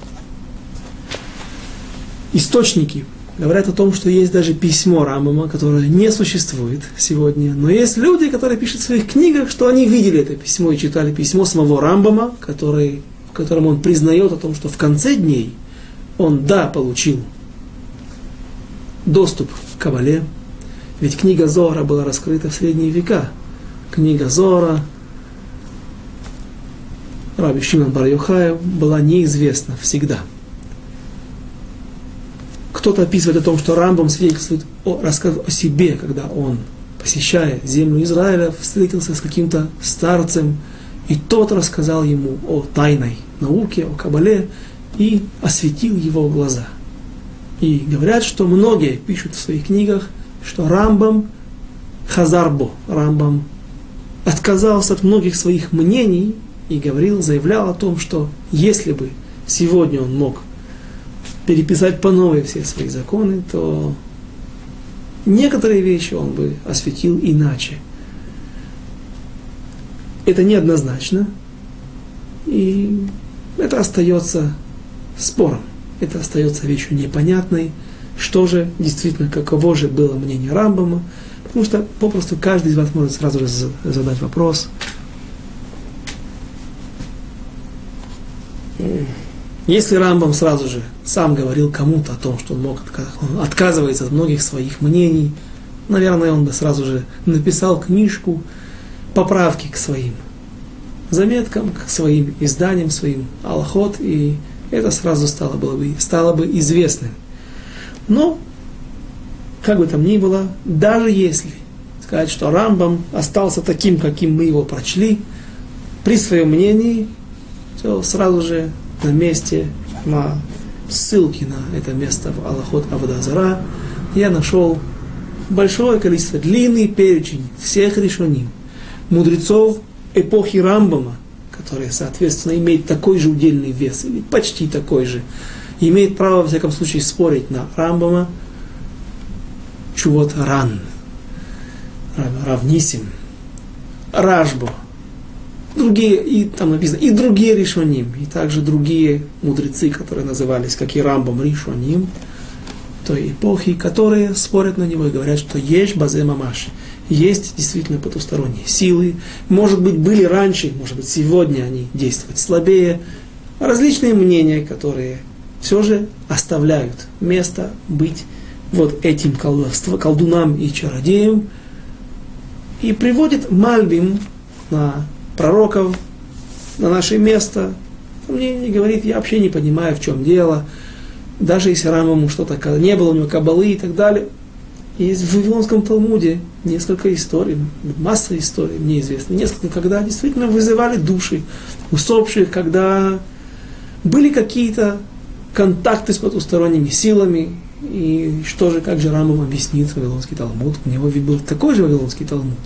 источники говорят о том, что есть даже письмо Рамбама, которое не существует сегодня. Но есть люди, которые пишут в своих книгах, что они видели это письмо и читали письмо самого Рамбама, который, в котором он признает о том, что в конце дней он, да, получил доступ к Каббале. Ведь книга Зоара была раскрыта в средние века. Книга Зоара Раби Шимон бар Йохай была неизвестна всегда. Кто-то описывает о том, что Рамбам свидетельствует о, рассказывает о себе, когда он, посещая землю Израиля, встретился с каким-то старцем, и тот рассказал ему о тайной науке, о Каббале, и осветил его глаза. И говорят, что многие пишут в своих книгах, что Рамбам хазарбо, Рамбам отказался от многих своих мнений и говорил, заявлял о том, что если бы сегодня он мог переписать по новой все свои законы, то некоторые вещи он бы осветил иначе. Это неоднозначно, и это остается спором, это остается вещью непонятной, что же действительно, каково же было мнение Рамбама, потому что попросту каждый из вас может сразу же задать вопрос. Если Рамбам сразу же сам говорил кому-то о том, что он, мог, он отказывается от многих своих мнений, наверное, он бы сразу же написал книжку поправки к своим заметкам, к своим изданиям, своим алахот, и это сразу стало, было бы, стало бы известным. Но, как бы там ни было, даже если сказать, что Рамбам остался таким, каким мы его прочли, при своем мнении, то сразу же на месте, на ссылке на это место в Алахот Авода Зара, я нашел большое количество, длинный перечень всех решений мудрецов эпохи Рамбама, которые, соответственно, имеют такой же удельный вес, или почти такой же, имеет право, во всяком случае, спорить на Рамбама, Чувот Ран, Равнисим, Рашбо, другие, и там написано, и другие Ришоним, и также другие мудрецы, которые назывались, как и Рамбам, Ришоним, той эпохи, которые спорят на него и говорят, что есть базе мамаш, есть действительно потусторонние силы, может быть, были раньше, может быть, сегодня они действуют слабее, различные мнения, которые все же оставляют место быть вот этим колдунам и чародеям, и приводит мальбим на пророков, на наше место. Мне не говорит, я вообще не понимаю, в чем дело. Даже если Рамаму что-то не было, у него каббалы и так далее. Есть в Вавилонском Талмуде несколько историй, масса историй, мне известно, несколько, когда действительно вызывали души усопших, когда были какие-то контакты с потусторонними силами. И что же, как же Рамбам объяснит Вавилонский Талмуд? У него ведь был такой же Вавилонский Талмуд.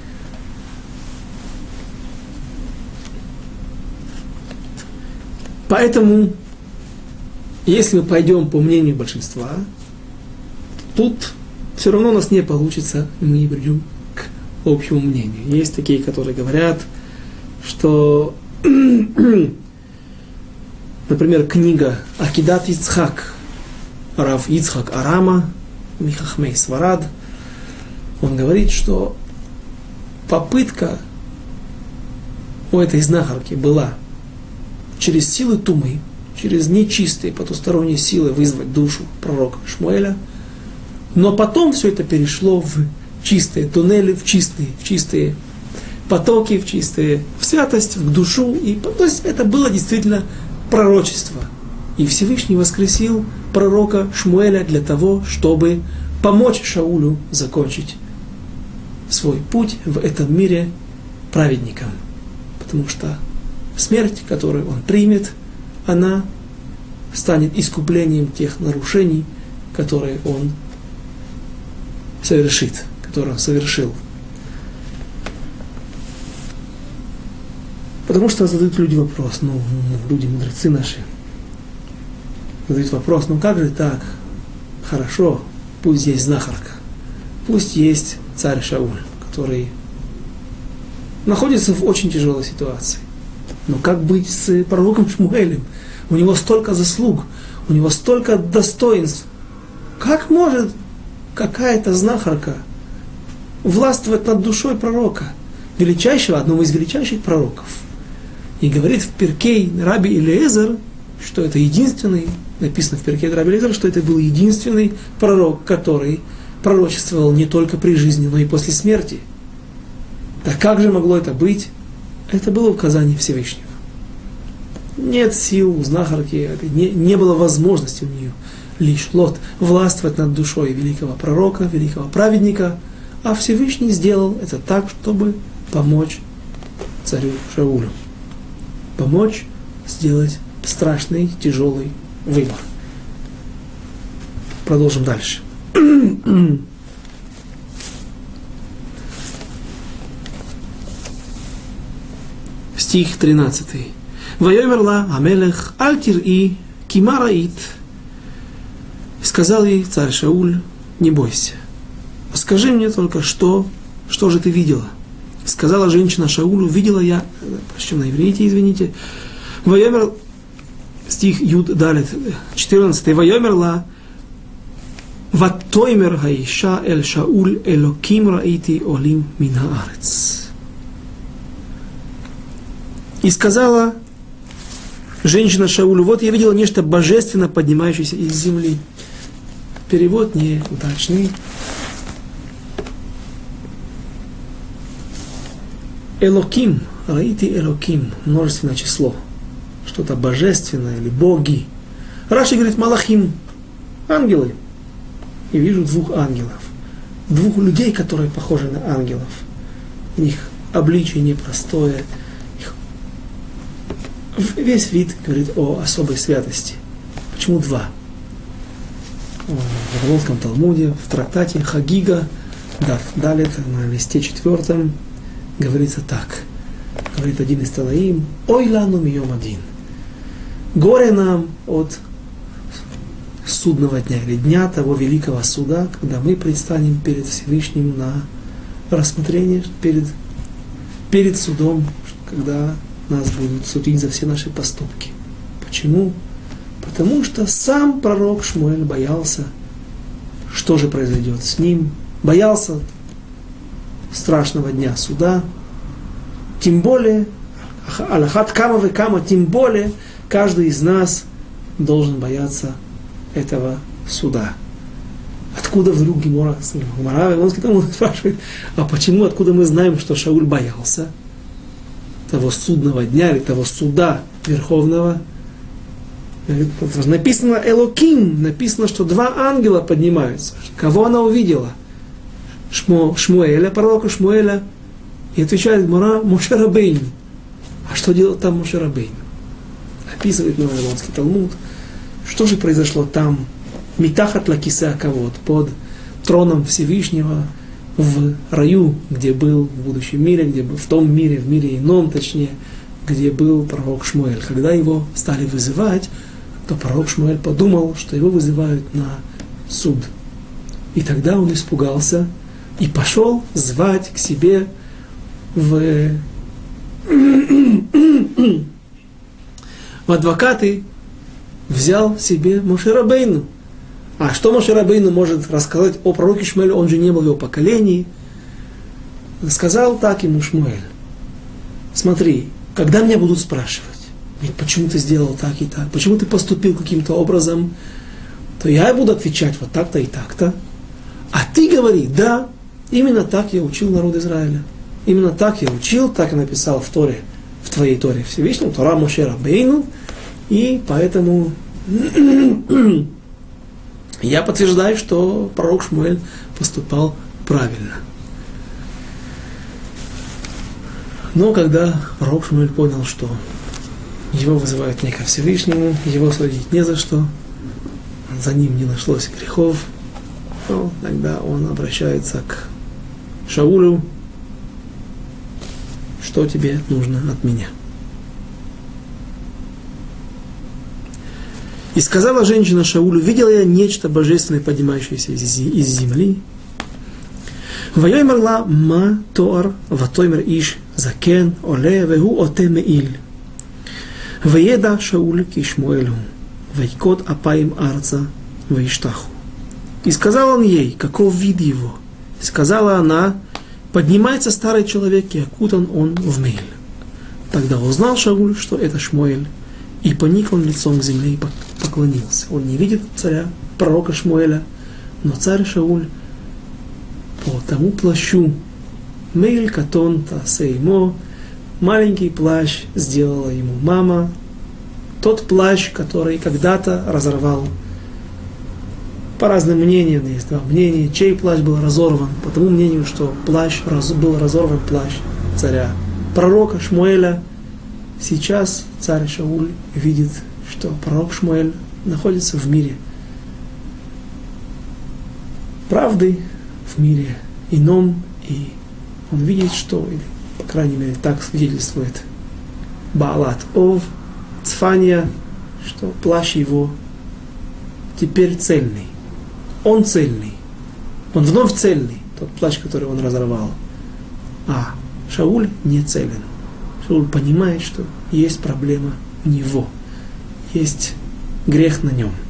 Поэтому, если мы пойдем по мнению большинства, тут все равно у нас не получится, и мы не придем к общему мнению. Есть такие, которые говорят, что, например, книга Акидат Ицхак, Рав Ицхак Арама, Михахмей Сварад, он говорит, что попытка у этой знахарки была через силы тумы, через нечистые потусторонние силы вызвать душу пророка Шмуэля, но потом все это перешло в чистые туннели, в чистые, в чистые потоки, в чистые, в святость, в душу. И, то есть это было действительно пророчество. И Всевышний воскресил пророка Шмуэля для того, чтобы помочь Шаулю закончить свой путь в этом мире праведником. Потому что смерть, которую он примет, она станет искуплением тех нарушений, которые он совершит, которые он совершил. Потому что задают люди вопрос, ну, люди, мудрецы наши, задают вопрос, ну как же так, хорошо, пусть есть знахарка, пусть есть царь Шауль, который находится в очень тяжелой ситуации. Но как быть с пророком Шмуэлем? У него столько заслуг, у него столько достоинств. Как может какая-то знахарка властвовать над душой пророка, величайшего, одного из величайших пророков? И говорит в Перкей Раби Элиэзер, что это единственный, написано в Перкей Раби Элиэзер, что это был единственный пророк, который пророчествовал не только при жизни, но и после смерти. Так как же могло это быть? Это было указание Всевышнего. Нет сил у знахарки, не, не было возможности у нее лишь лот властвовать над душой великого пророка, великого праведника, а Всевышний сделал это так, чтобы помочь царю Шаулю. Помочь сделать страшный, тяжелый выбор. Продолжим дальше. Стих тринадцатый. Вайомерла Амелех Альтир-И Кимараит. Сказал ей царь Шауль, не бойся. Скажи мне только, что, что же ты видела? Сказала женщина Шаулю, видела я, прочтем на иврите, извините, Вайомер, стих Юд Далет, четырнадцатый. Вайомерла Ваттоймер Хаиша Эль Шауль Элоким Раити Олим Мин Хаарец. И сказала женщина Шаулю, вот я видела нечто божественно поднимающееся из земли. Перевод неудачный. Элоким, раити элоким, множественное число. Что-то божественное или боги. Раши говорит малахим, ангелы. И вижу двух ангелов. Двух людей, которые похожи на ангелов. У них обличие непростое. Весь вид говорит о особой святости. Почему два? В Вавилонском Талмуде, в трактате Хагига, Даф Далет, на листе четвертом, говорится так. Говорит один из Танаим, «Ой лану мием один». Горе нам от судного дня, или дня того великого суда, когда мы предстанем перед Всевышним на рассмотрение, перед, перед судом, когда нас будут судить за все наши поступки. Почему? Потому что сам пророк Шмуэль боялся, что же произойдет с ним, боялся страшного дня суда, тем более, алахат кама ве кама, тем более, каждый из нас должен бояться этого суда? Откуда вдруг Гемора, Гемора Вавилонский Талмуд спрашивает, а почему, откуда мы знаем, что Шауль боялся того судного дня или того суда верховного? Написано Элоким, написано, что два ангела поднимаются. Кого она увидела? Шмо, Шмуэля, пророка Шмуэля. И отвечает Гемора Моше Рабейну. А что делал там Моше Рабейну? Описывает Вавилонский Талмуд, что же произошло там, Митахат лакисе кавод, под троном Всевышнего, в раю, где был в будущем мире, где был в том мире, в мире ином, точнее, где был пророк Шмуэль. Когда его стали вызывать, то пророк Шмуэль подумал, что его вызывают на суд. И тогда он испугался и пошел звать к себе в, в адвокаты, взял себе Моше Рабейну. А что Моше Рабейну может рассказать о пророке Шмуэле, он же не был в его поколении. Сказал так ему Шмуэль: смотри, когда меня будут спрашивать, ведь почему ты сделал так и так, почему ты поступил каким-то образом, то я буду отвечать вот так-то и так-то. А ты говори, да, именно так я учил народ Израиля. Именно так я учил, так я написал в Торе, в твоей Торе Всевышнем, Тора Моше Рабейну, и поэтому я подтверждаю, что пророк Шмуэль поступал правильно. Но когда пророк Шмуэль понял, что его вызывают не ко Всевышнему, его судить не за что, за ним не нашлось грехов, то тогда он обращается к Шаулю: что тебе нужно от меня? И сказала женщина Шаулю: видела я нечто божественное, поднимающееся из земли. Вайомер ма тоар ватоймер иш закен оле вегу оте меиль. Вееда Шауль ки Шмуэлю вайкот апаим арца ваиштаху. И сказал он ей: каков вид его? И сказала она: поднимается старый человек, и окутан он в меиль. Тогда узнал Шауль, что это Шмуэль, и поник он лицом к земле и поклонился. Он не видит царя, пророка Шмуэля, но царь Шауль по тому плащу, мейль катон тасеймо, маленький плащ сделала ему мама, тот плащ, который когда-то разорвал. По разным мнениям, есть два мнения, чей плащ был разорван, по тому мнению, что плащ, был разорван плащ царя пророка Шмуэля. Сейчас царь Шауль видит, что пророк Шмуэль находится в мире правды, в мире ином, и он видит, что, или, по крайней мере, так свидетельствует Баалат Ов, Цфания, что плащ его теперь цельный. Он цельный. Он вновь цельный, тот плащ, который он разорвал. А Шауль не целен. Шауль понимает, что есть проблема у него. Есть грех на нем.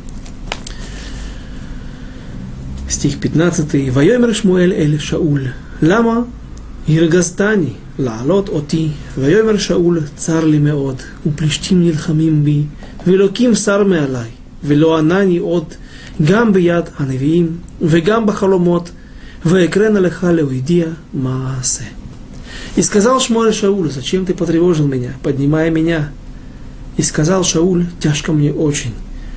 Стих пятнадцатый. Вайомер Шмуэль эль Шауль. Лама иרגזתני לעלות אותי. ויאמר שאול צר לי מאוד, ופלישתים נלחמים בי, ואלוקים שר מעלי, ולא ענני עוד גם ביד הנביאים, וגם בחלומות, ואקרן לך להודיע מה אעשה. И сказал Шмуэль Шаулю: зачем ты потревожил меня, поднимая меня? И сказал Шауль: тяжко мне очень.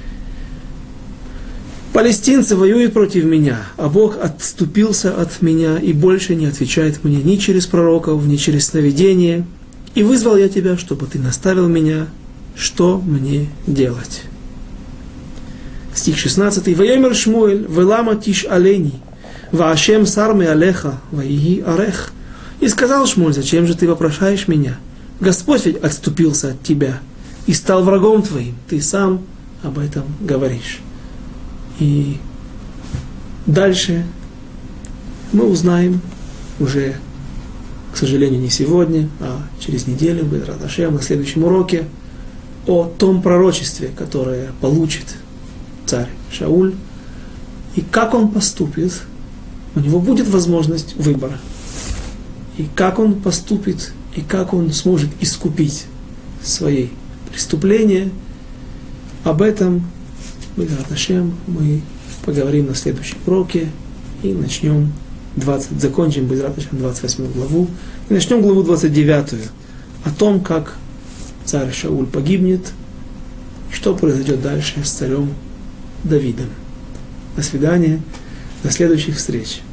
Палестинцы воюют против меня, а Бог отступился от меня и больше не отвечает мне ни через пророков, ни через сновидение. И вызвал я тебя, чтобы ты наставил меня, что мне делать. Стих шестнадцатый. Ваемер Шмуэль, велама тиш алени, ваашем сарме алеха, ваиги арех. И сказал Шмуэль: зачем же ты вопрошаешь меня? Господь ведь отступился от тебя и стал врагом твоим. Ты сам об этом говоришь. И дальше мы узнаем уже, к сожалению, не сегодня, а через неделю, Бе'эзрат Ашем, на следующем уроке, о том пророчестве, которое получит царь Шауль, и как он поступит. У него будет возможность выбора. И как он поступит, и как он сможет искупить свои преступления, об этом, Бе'эзрат Ашем, мы поговорим на следующем уроке и начнем двадцать, закончим Бе'эзрат Ашем двадцать восьмую главу и начнем главу двадцать девятую о том, как царь Шауль погибнет, что произойдет дальше с царем Давидом. До свидания, до следующих встреч.